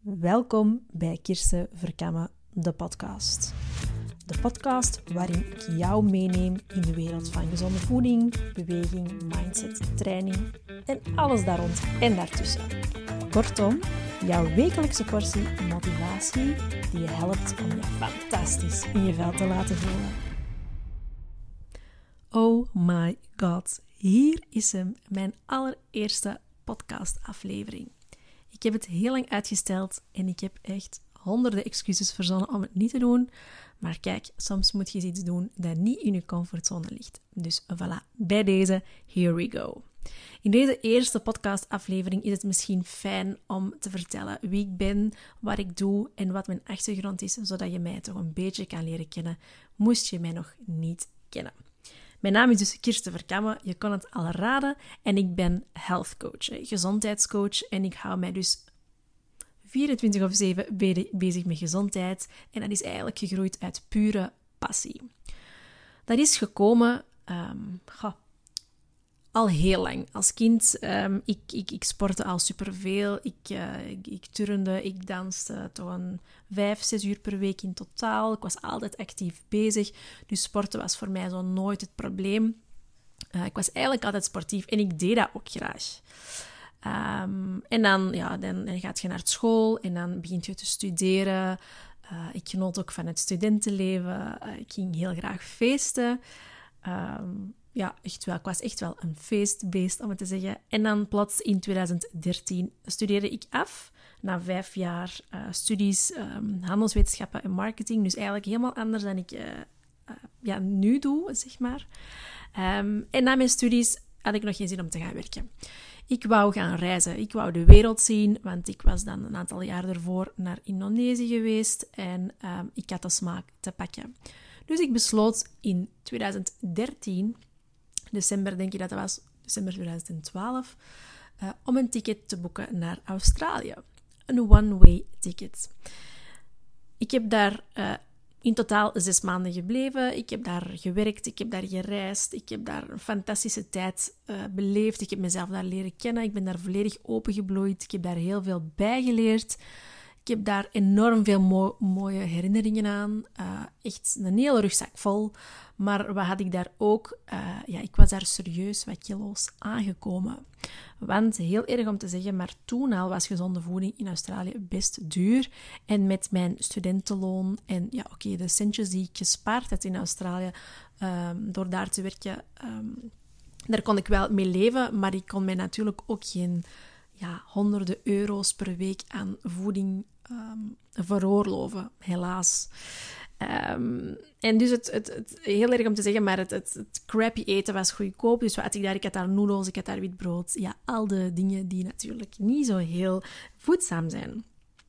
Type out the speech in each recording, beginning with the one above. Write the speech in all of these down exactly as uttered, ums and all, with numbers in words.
Welkom bij Kirsten Verkamme, de podcast. De podcast waarin ik jou meeneem in de wereld van gezonde voeding, beweging, mindset, training en alles daar rond en daartussen. Kortom, jouw wekelijkse portie motivatie die je helpt om je fantastisch in je vel te laten voelen. Oh my god, hier is hem, mijn allereerste podcastaflevering. Ik heb het heel lang uitgesteld en ik heb echt honderden excuses verzonnen om het niet te doen. Maar kijk, soms moet je iets doen dat niet in je comfortzone ligt. Dus voilà, bij deze, here we go. In deze eerste podcastaflevering is het misschien fijn om te vertellen wie ik ben, wat ik doe en wat mijn achtergrond is, zodat je mij toch een beetje kan leren kennen, moest je mij nog niet kennen. Mijn naam is dus Kirsten Verkamme, je kon het al raden, en ik ben health coach, gezondheidscoach, en ik hou mij dus vierentwintig op zeven bezig met gezondheid en dat is eigenlijk gegroeid uit pure passie. Dat is gekomen um, goh, al heel lang. Als kind, um, ik, ik, ik sportte al superveel, ik, uh, ik, ik turnde, ik danste toch een vijf, zes uur per week in totaal. Ik was altijd actief bezig, dus sporten was voor mij zo nooit het probleem. Uh, ik was eigenlijk altijd sportief en ik deed dat ook graag. Um, en dan, ja, dan, dan gaat je naar school en dan begint je te studeren. Uh, ik genoot ook van het studentenleven. Uh, ik ging heel graag feesten. Um, ja, echt wel. Ik was echt wel een feestbeest, om het te zeggen. En dan plots in twintig dertien studeerde ik af. Na vijf jaar uh, studies, um, handelswetenschappen en marketing. Dus eigenlijk helemaal anders dan ik uh, uh, ja, nu doe, zeg maar. Um, en na mijn studies had ik nog geen zin om te gaan werken. Ik wou gaan reizen. Ik wou de wereld zien, want ik was dan een aantal jaar ervoor naar Indonesië geweest en um, ik had de smaak te pakken. Dus ik besloot in twintig dertien, december denk ik dat dat was, december twintig twaalf, uh, om een ticket te boeken naar Australië. Een one-way ticket. Ik heb daar uh, in totaal zes maanden gebleven. Ik heb daar gewerkt, ik heb daar gereisd, ik heb daar een fantastische tijd uh, beleefd. Ik heb mezelf daar leren kennen, ik ben daar volledig opengebloeid. Ik heb daar heel veel bij geleerd. Ik heb daar enorm veel mo- mooie herinneringen aan. Uh, echt een hele rugzak vol. Maar wat had ik daar ook? Uh, ja, ik was daar serieus wat kilo's aangekomen. Want, heel erg om te zeggen, maar toen al was gezonde voeding in Australië best duur. En met mijn studentenloon en ja, oké, okay, de centjes die ik gespaard had in Australië, um, door daar te werken, um, daar kon ik wel mee leven. Maar ik kon mij natuurlijk ook geen ja, honderden euro's per week aan voeding um, veroorloven, helaas. Um, en dus het, het, het, heel erg om te zeggen, maar het, het, het crappy eten was goedkoop. Dus wat had ik daar? Ik had daar noedels, ik had daar wit brood. Ja, al de dingen die natuurlijk niet zo heel voedzaam zijn.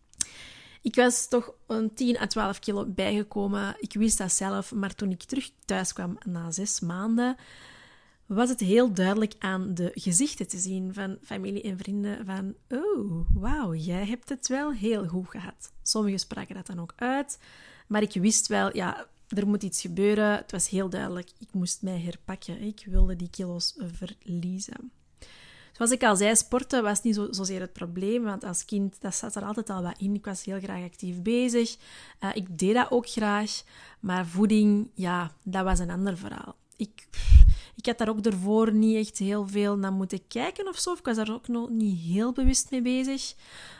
Ik was toch een tien à twaalf kilo bijgekomen. Ik wist dat zelf, maar toen ik terug thuis kwam na zes maanden, was het heel duidelijk aan de gezichten te zien van familie en vrienden van oh, wauw, jij hebt het wel heel goed gehad. Sommigen spraken dat dan ook uit, maar ik wist wel, ja, er moet iets gebeuren. Het was heel duidelijk, ik moest mij herpakken. Ik wilde die kilo's verliezen. Zoals ik al zei, sporten was niet zo, zozeer het probleem, want als kind, dat zat er altijd al wat in. Ik was heel graag actief bezig. Uh, ik deed dat ook graag, maar voeding, ja, dat was een ander verhaal. Ik... Ik had daar ook ervoor niet echt heel veel naar moeten kijken of zo. Ik was daar ook nog niet heel bewust mee bezig.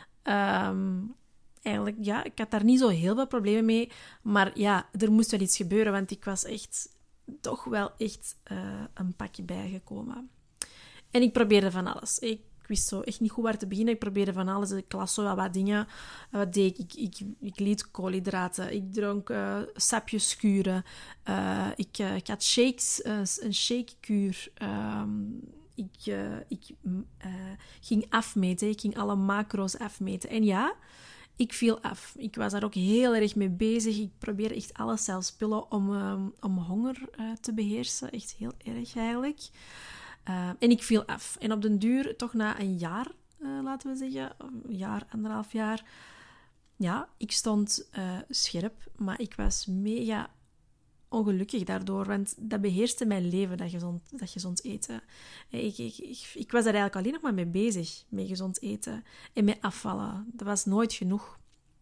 Um, eigenlijk, ja, ik had daar niet zo heel veel problemen mee. Maar ja, er moest wel iets gebeuren, want ik was echt toch wel echt uh, een pakje bijgekomen. En ik probeerde van alles. Ik wist zo echt niet goed waar te beginnen. Ik probeerde van alles. Ik las zo wel wat dingen. Wat deed ik? Ik, ik, ik liet koolhydraten. Ik dronk uh, sapjes kuren. Uh, ik, uh, ik had shakes, uh, een shakekuur. Um, ik uh, ik uh, ging afmeten. Ik ging alle macro's afmeten. En ja, ik viel af. Ik was daar ook heel erg mee bezig. Ik probeerde echt alles, zelfs pillen, om, um, om honger uh, te beheersen. Echt heel erg eigenlijk. Uh, en ik viel af. En op den duur, toch na een jaar, uh, laten we zeggen, een jaar, anderhalf jaar, ja, ik stond uh, scherp, maar ik was mega ongelukkig daardoor, want dat beheerste mijn leven, dat gezond, dat gezond eten. Ik, ik, ik, ik was daar eigenlijk alleen nog maar mee bezig, met gezond eten en met afvallen. Dat was nooit genoeg.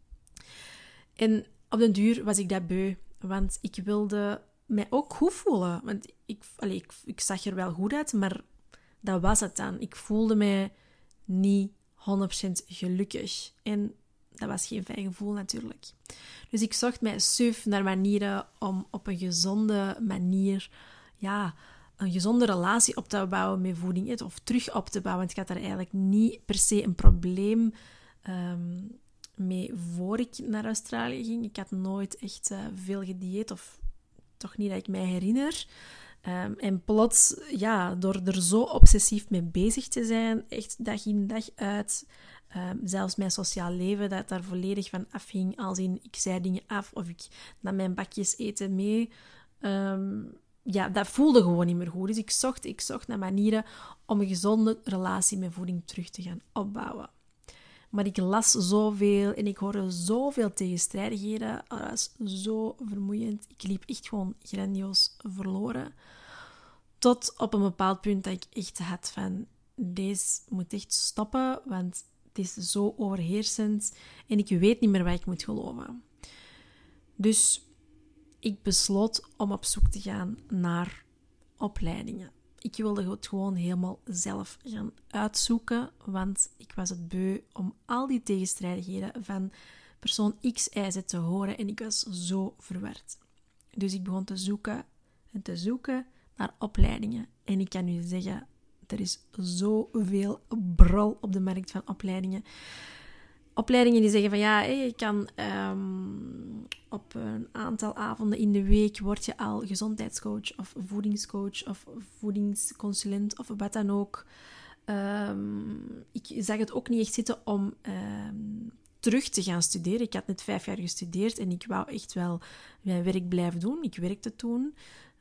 En op den duur was ik dat beu, want ik wilde mij ook goed voelen. Want ik, allez, ik, ik zag er wel goed uit, maar dat was het dan. Ik voelde mij niet honderd procent gelukkig. En dat was geen fijn gevoel natuurlijk. Dus ik zocht mij suf naar manieren om op een gezonde manier, ja, een gezonde relatie op te bouwen met voeding, of terug op te bouwen. Want ik had daar eigenlijk niet per se een probleem um, mee voor ik naar Australië ging. Ik had nooit echt uh, veel gedieet, of toch niet dat ik mij herinner. Um, en plots, ja, door er zo obsessief mee bezig te zijn, echt dag in dag uit, um, zelfs mijn sociaal leven, dat daar volledig van afhing, als in ik zei dingen af of ik nam mijn bakjes eten mee, um, ja, dat voelde gewoon niet meer goed. Dus ik zocht, ik zocht naar manieren om een gezonde relatie met voeding terug te gaan opbouwen. Maar ik las zoveel en ik hoorde zoveel tegenstrijdigheden. Dat was zo vermoeiend. Ik liep echt gewoon grandioos verloren. Tot op een bepaald punt dat ik echt had van, deze moet echt stoppen, want het is zo overheersend en ik weet niet meer wat ik moet geloven. Dus ik besloot om op zoek te gaan naar opleidingen. Ik wilde het gewoon helemaal zelf gaan uitzoeken, want ik was het beu om al die tegenstrijdigheden van persoon X, Y, Z te horen en ik was zo verward. Dus ik begon te zoeken en te zoeken naar opleidingen. En ik kan u zeggen, er is zoveel brol op de markt van opleidingen. Opleidingen die zeggen van ja, je kan um, op een aantal avonden in de week word je al gezondheidscoach of voedingscoach of voedingsconsulent of wat dan ook. Um, ik zag het ook niet echt zitten om um, terug te gaan studeren. Ik had net vijf jaar gestudeerd en ik wou echt wel mijn werk blijven doen. Ik werkte toen.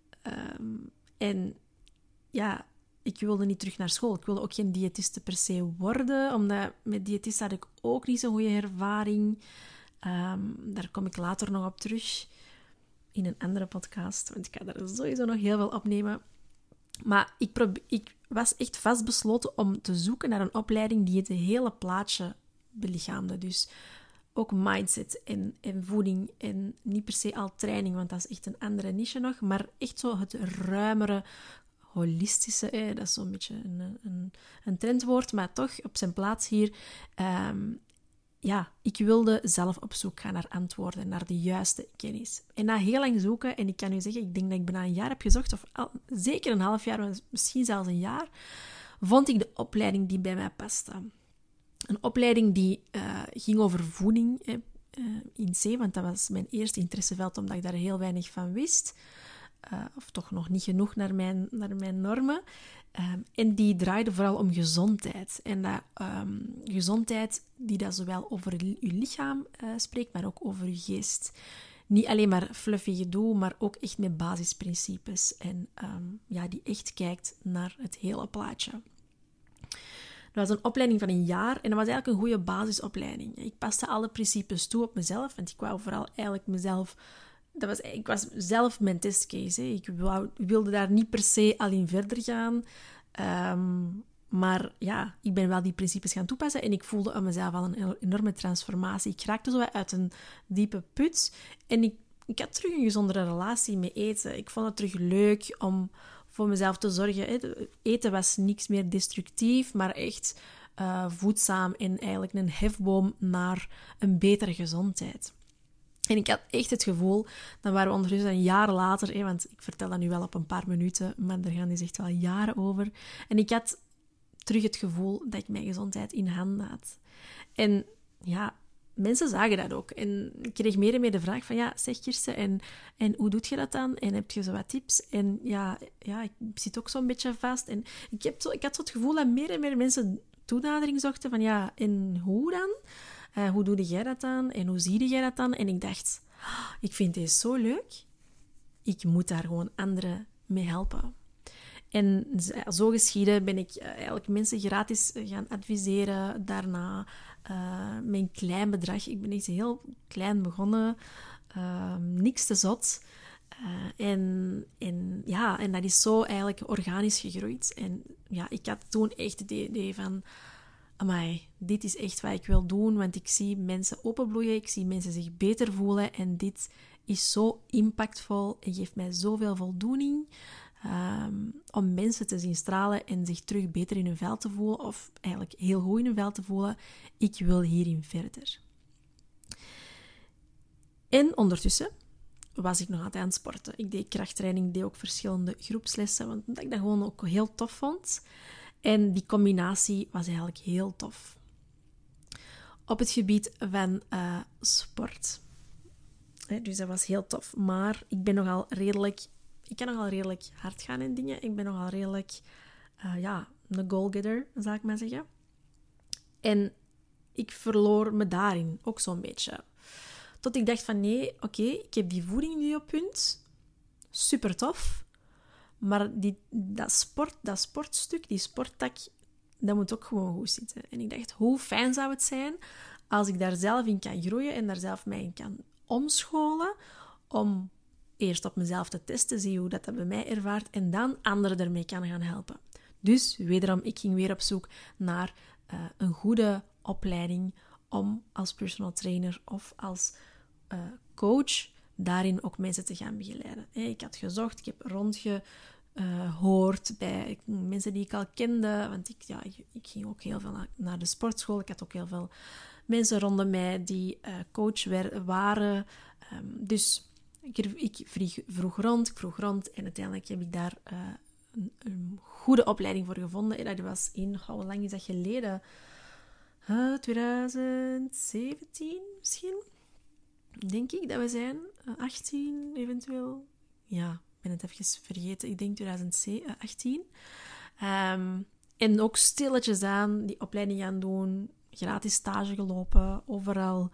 Um, en ja... Ik wilde niet terug naar school. Ik wilde ook geen diëtiste per se worden, omdat met diëtisten had ik ook niet zo'n goede ervaring. Um, daar kom ik later nog op terug in een andere podcast, want ik ga daar sowieso nog heel veel opnemen. Maar ik, probeer, ik was echt vastbesloten om te zoeken naar een opleiding die het hele plaatje belichaamde. Dus ook mindset en, en voeding en niet per se al training, want dat is echt een andere niche nog, maar echt zo het ruimere, holistische, eh, dat is zo'n beetje een, een, een trendwoord, maar toch op zijn plaats hier. Um, ja, ik wilde zelf op zoek gaan naar antwoorden, naar de juiste kennis. En na heel lang zoeken, en ik kan u zeggen, ik denk dat ik bijna een jaar heb gezocht, of al, zeker een half jaar, misschien zelfs een jaar, vond ik de opleiding die bij mij paste. Een opleiding die uh, ging over voeding eh, uh, in C, want dat was mijn eerste interesseveld, omdat ik daar heel weinig van wist. Uh, of toch nog niet genoeg naar mijn, naar mijn normen. Um, en die draaide vooral om gezondheid. En dat um, gezondheid die dat zowel over je lichaam uh, spreekt, maar ook over je geest. Niet alleen maar fluffy gedoe, maar ook echt met basisprincipes. En um, ja, die echt kijkt naar het hele plaatje. Dat was een opleiding van een jaar en dat was eigenlijk een goede basisopleiding. Ik paste alle principes toe op mezelf, want ik wou vooral eigenlijk mezelf... Dat was, ik was zelf mijn testcase. Hè. Ik wou, wilde daar niet per se al in verder gaan. Um, maar ja, ik ben wel die principes gaan toepassen. En ik voelde aan mezelf al een enorme transformatie. Ik raakte zo uit een diepe put. En ik, ik had terug een gezondere relatie met eten. Ik vond het terug leuk om voor mezelf te zorgen. Hè. Eten was niks meer destructief, maar echt uh, voedzaam. En eigenlijk een hefboom naar een betere gezondheid. En ik had echt het gevoel, dan waren we ondertussen een jaar later, hè, want ik vertel dat nu wel op een paar minuten, maar daar gaan dus echt wel jaren over. En ik had terug het gevoel dat ik mijn gezondheid in handen had. En ja, mensen zagen dat ook. En ik kreeg meer en meer de vraag van, ja, zeg Kirsten, en, en hoe doe je dat dan? En heb je zo wat tips? En ja, ja ik zit ook zo'n beetje vast. En ik, heb zo, ik had zo het gevoel dat meer en meer mensen toenadering zochten van, ja, en hoe dan? Uh, hoe doe jij dat dan? En hoe zie jij dat dan? En ik dacht, oh, ik vind deze zo leuk. Ik moet daar gewoon anderen mee helpen. En zo geschieden ben ik eigenlijk mensen gratis gaan adviseren. Daarna uh, met een klein bedrag. Ik ben echt heel klein begonnen. Uh, niks te zot. Uh, en, en, ja, en dat is zo eigenlijk organisch gegroeid. En ja, ik had toen echt het idee van... Amai, dit is echt wat ik wil doen, want ik zie mensen openbloeien, ik zie mensen zich beter voelen en dit is zo impactvol en geeft mij zoveel voldoening um, om mensen te zien stralen en zich terug beter in hun vel te voelen, of eigenlijk heel goed in hun vel te voelen. Ik wil hierin verder. En ondertussen was ik nog altijd aan het sporten. Ik deed krachttraining, ik deed ook verschillende groepslessen, want dat ik dat gewoon ook heel tof vond. En die combinatie was eigenlijk heel tof. Op het gebied van uh, sport. He, dus dat was heel tof. Maar ik ben nogal redelijk... Ik kan nogal redelijk hard gaan in dingen. Ik ben nogal redelijk... Uh, ja, een goalgetter, zou ik maar zeggen. En ik verloor me daarin ook zo'n beetje. Tot ik dacht van nee, oké, okay, ik heb die voeding nu op punt. Super tof. Maar die, dat, sport, dat sportstuk, die sporttak, dat moet ook gewoon goed zitten. En ik dacht, hoe fijn zou het zijn als ik daar zelf in kan groeien en daar zelf mij in kan omscholen, om eerst op mezelf te testen, zie hoe dat, dat bij mij ervaart, en dan anderen ermee kan gaan helpen. Dus, wederom, ik ging weer op zoek naar uh, een goede opleiding om als personal trainer of als uh, coach daarin ook mensen te gaan begeleiden. Ik had gezocht, ik heb rondgehoord bij mensen die ik al kende, want ik, ja, ik, ik ging ook heel veel naar, naar de sportschool. Ik had ook heel veel mensen rondom mij die uh, coach wer- waren. Um, dus ik, ik vroeg, vroeg rond, ik vroeg rond en uiteindelijk heb ik daar uh, een, een goede opleiding voor gevonden. En dat was in, oh, hoe lang is dat geleden? Uh, twintig zeventien misschien? Denk ik dat we zijn. Uh, achttien eventueel. Ja, ik ben het even vergeten. Ik denk twintig achttien. Um, en ook stilletjes aan die opleiding gaan doen. Gratis stage gelopen. Overal.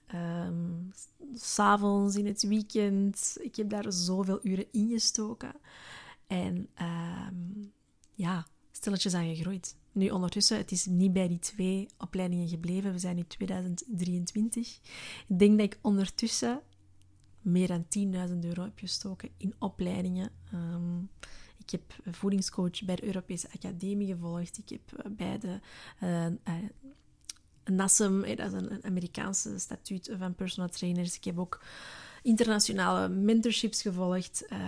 Um, 's avonds, in het weekend. Ik heb daar zoveel uren in gestoken. En um, ja, stilletjes aan gegroeid. Nu ondertussen, het is niet bij die twee opleidingen gebleven. We zijn nu tweeduizend drieëntwintig. Ik denk dat ik ondertussen meer dan tienduizend euro heb gestoken in opleidingen. Um, ik heb voedingscoach bij de Europese Academie gevolgd. Ik heb bij de uh, uh, N A S M, dat is een Amerikaanse statuut van personal trainers. Ik heb ook internationale mentorships gevolgd. Uh,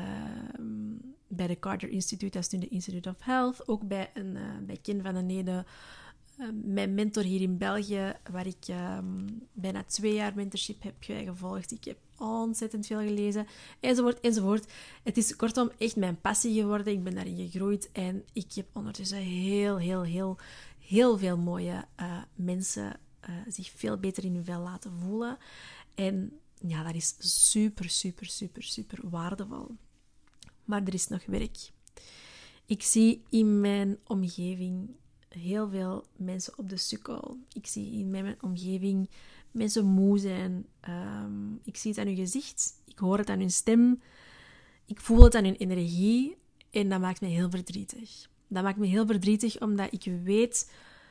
bij de Carter Institute, dat is nu de Institute of Health. Ook bij, een, uh, bij Ken van den Nede, uh, mijn mentor hier in België, waar ik uh, bijna twee jaar mentorship heb gevolgd. Ik heb ontzettend veel gelezen, enzovoort, enzovoort. Het is kortom echt mijn passie geworden. Ik ben daarin gegroeid en ik heb ondertussen heel, heel, heel, heel veel mooie uh, mensen uh, zich veel beter in hun vel laten voelen. En ja, dat is super, super, super, super waardevol. Maar er is nog werk. Ik zie in mijn omgeving heel veel mensen op de sukkel. Ik zie in mijn omgeving mensen moe zijn. Um, ik zie het aan hun gezicht. Ik hoor het aan hun stem. Ik voel het aan hun energie. En dat maakt me heel verdrietig. Dat maakt me heel verdrietig omdat ik weet...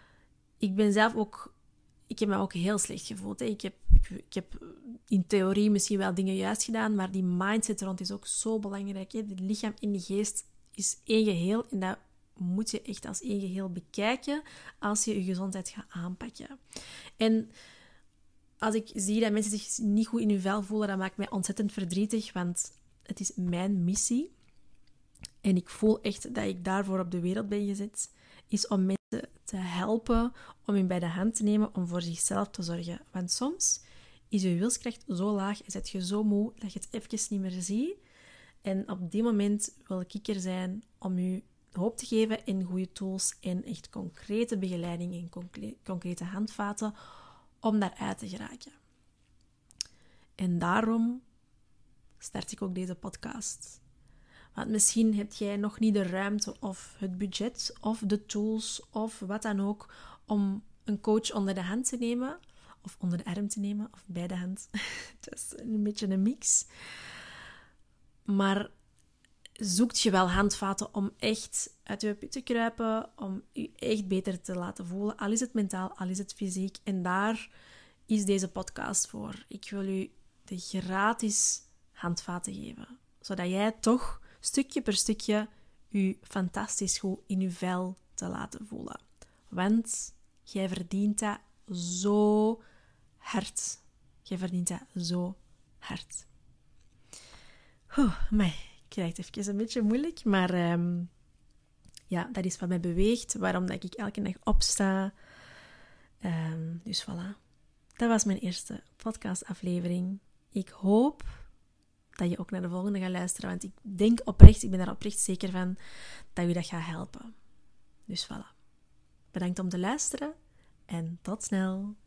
Ik ben zelf ook... Ik heb me ook heel slecht gevoeld. Hè. Ik, heb, ik, ik heb in theorie misschien wel dingen juist gedaan, maar die mindset rond is ook zo belangrijk. Hè. Het lichaam en de geest is één geheel en dat moet je echt als één geheel bekijken als je je gezondheid gaat aanpakken. En als ik zie dat mensen zich niet goed in hun vel voelen, dat maakt mij ontzettend verdrietig, want het is mijn missie. En ik voel echt dat ik daarvoor op de wereld ben gezet, is om mensen te helpen, om hen bij de hand te nemen, om voor zichzelf te zorgen. Want soms is je wilskracht zo laag en zit je zo moe dat je het even niet meer ziet. En op die moment wil ik er zijn om je hoop te geven en goede tools en echt concrete begeleiding en concre- concrete handvaten om daaruit te geraken. En daarom start ik ook deze podcast. Want misschien heb jij nog niet de ruimte of het budget of de tools of wat dan ook om een coach onder de hand te nemen of onder de arm te nemen of bij de hand. Het is een beetje een mix. Maar zoekt je wel handvaten om echt uit je put te kruipen, om je echt beter te laten voelen, al is het mentaal, al is het fysiek. En daar is deze podcast voor. Ik wil u de gratis handvaten geven. zodat jij toch stukje per stukje je fantastisch goed in je vel te laten voelen. Want jij verdient dat zo hard. Jij verdient dat zo hard. Oeh, amai, ik krijg het even een beetje moeilijk, maar um, ja, dat is wat mij beweegt, waarom dat ik elke dag opsta. Um, dus voilà. Dat was mijn eerste podcastaflevering. Ik hoop dat je ook naar de volgende gaat luisteren, want ik denk oprecht, ik ben daar oprecht zeker van, dat je dat gaat helpen. Dus voilà. Bedankt om te luisteren en tot snel.